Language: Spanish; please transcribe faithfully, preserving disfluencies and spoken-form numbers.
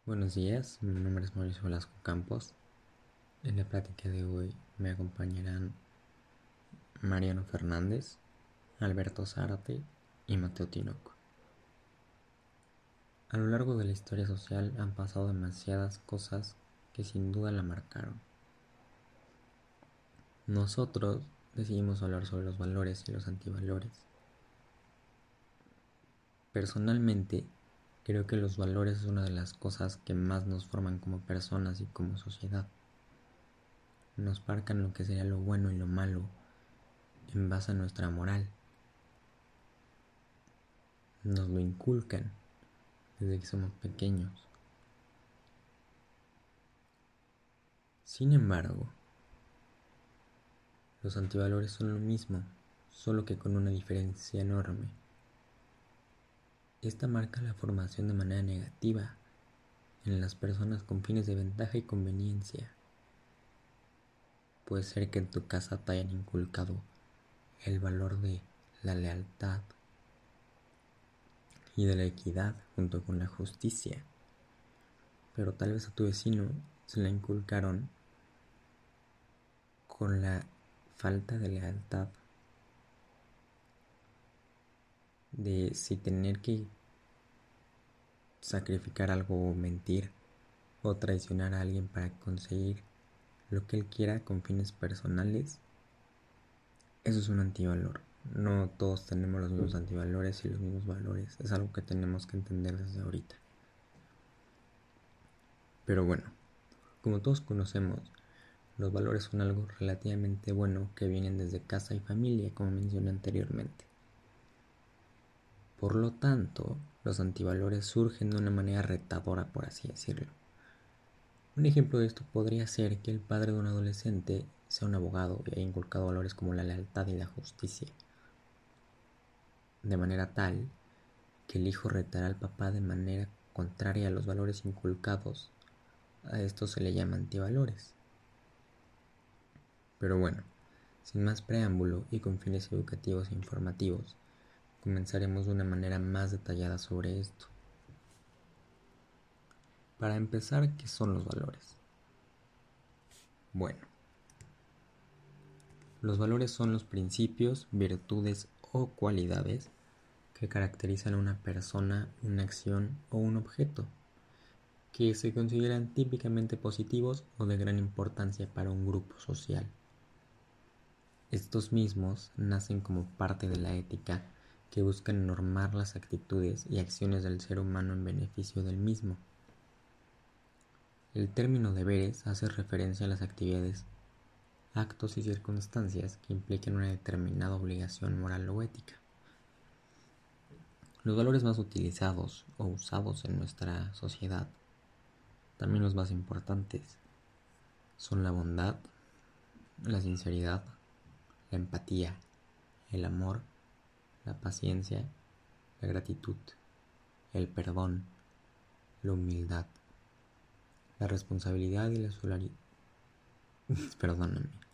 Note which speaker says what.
Speaker 1: Buenos días, mi nombre es Mauricio Velasco Campos. En la plática de hoy me acompañarán Mariano Fernández, Alberto Zárate y Mateo Tinoco. A lo largo de la historia social han pasado demasiadas cosas que sin duda la marcaron. Nosotros decidimos hablar sobre los valores y los antivalores. Personalmente, creo que los valores es una de las cosas que más nos forman como personas y como sociedad. Nos marcan lo que sería lo bueno y lo malo en base a nuestra moral. Nos lo inculcan desde que somos pequeños. Sin embargo, los antivalores son lo mismo, solo que con una diferencia enorme. Esta marca la formación de manera negativa en las personas con fines de ventaja y conveniencia. Puede ser que en tu casa te hayan inculcado el valor de la lealtad y de la equidad junto con la justicia, pero tal vez a tu vecino se la inculcaron con la falta de lealtad, de si tener que sacrificar algo o mentir o traicionar a alguien para conseguir lo que él quiera con fines personales. Eso es un antivalor. No todos tenemos los mismos antivalores y los mismos valores. Es algo que tenemos que entender desde ahorita. Pero bueno, como todos conocemos, los valores son algo relativamente bueno que vienen desde casa y familia, como mencioné anteriormente. Por lo tanto, los antivalores surgen de una manera retadora, por así decirlo. Un ejemplo de esto podría ser que el padre de un adolescente sea un abogado y haya inculcado valores como la lealtad y la justicia, de manera tal que el hijo retará al papá de manera contraria a los valores inculcados. A esto se le llama antivalores. Pero bueno, sin más preámbulo y con fines educativos e informativos, comenzaremos de una manera más detallada sobre esto. Para empezar, ¿qué son los valores? Bueno, los valores son los principios, virtudes o cualidades que caracterizan a una persona, una acción o un objeto, que se consideran típicamente positivos o de gran importancia para un grupo social. Estos mismos nacen como parte de la ética que buscan normar las actitudes y acciones del ser humano en beneficio del mismo. El término deberes hace referencia a las actividades, actos y circunstancias que impliquen una determinada obligación moral o ética. Los valores más utilizados o usados en nuestra sociedad, también los más importantes, son la bondad, la sinceridad, la empatía, el amor, la paciencia, la gratitud, el perdón, la humildad, la responsabilidad y la solidaridad. Perdóname,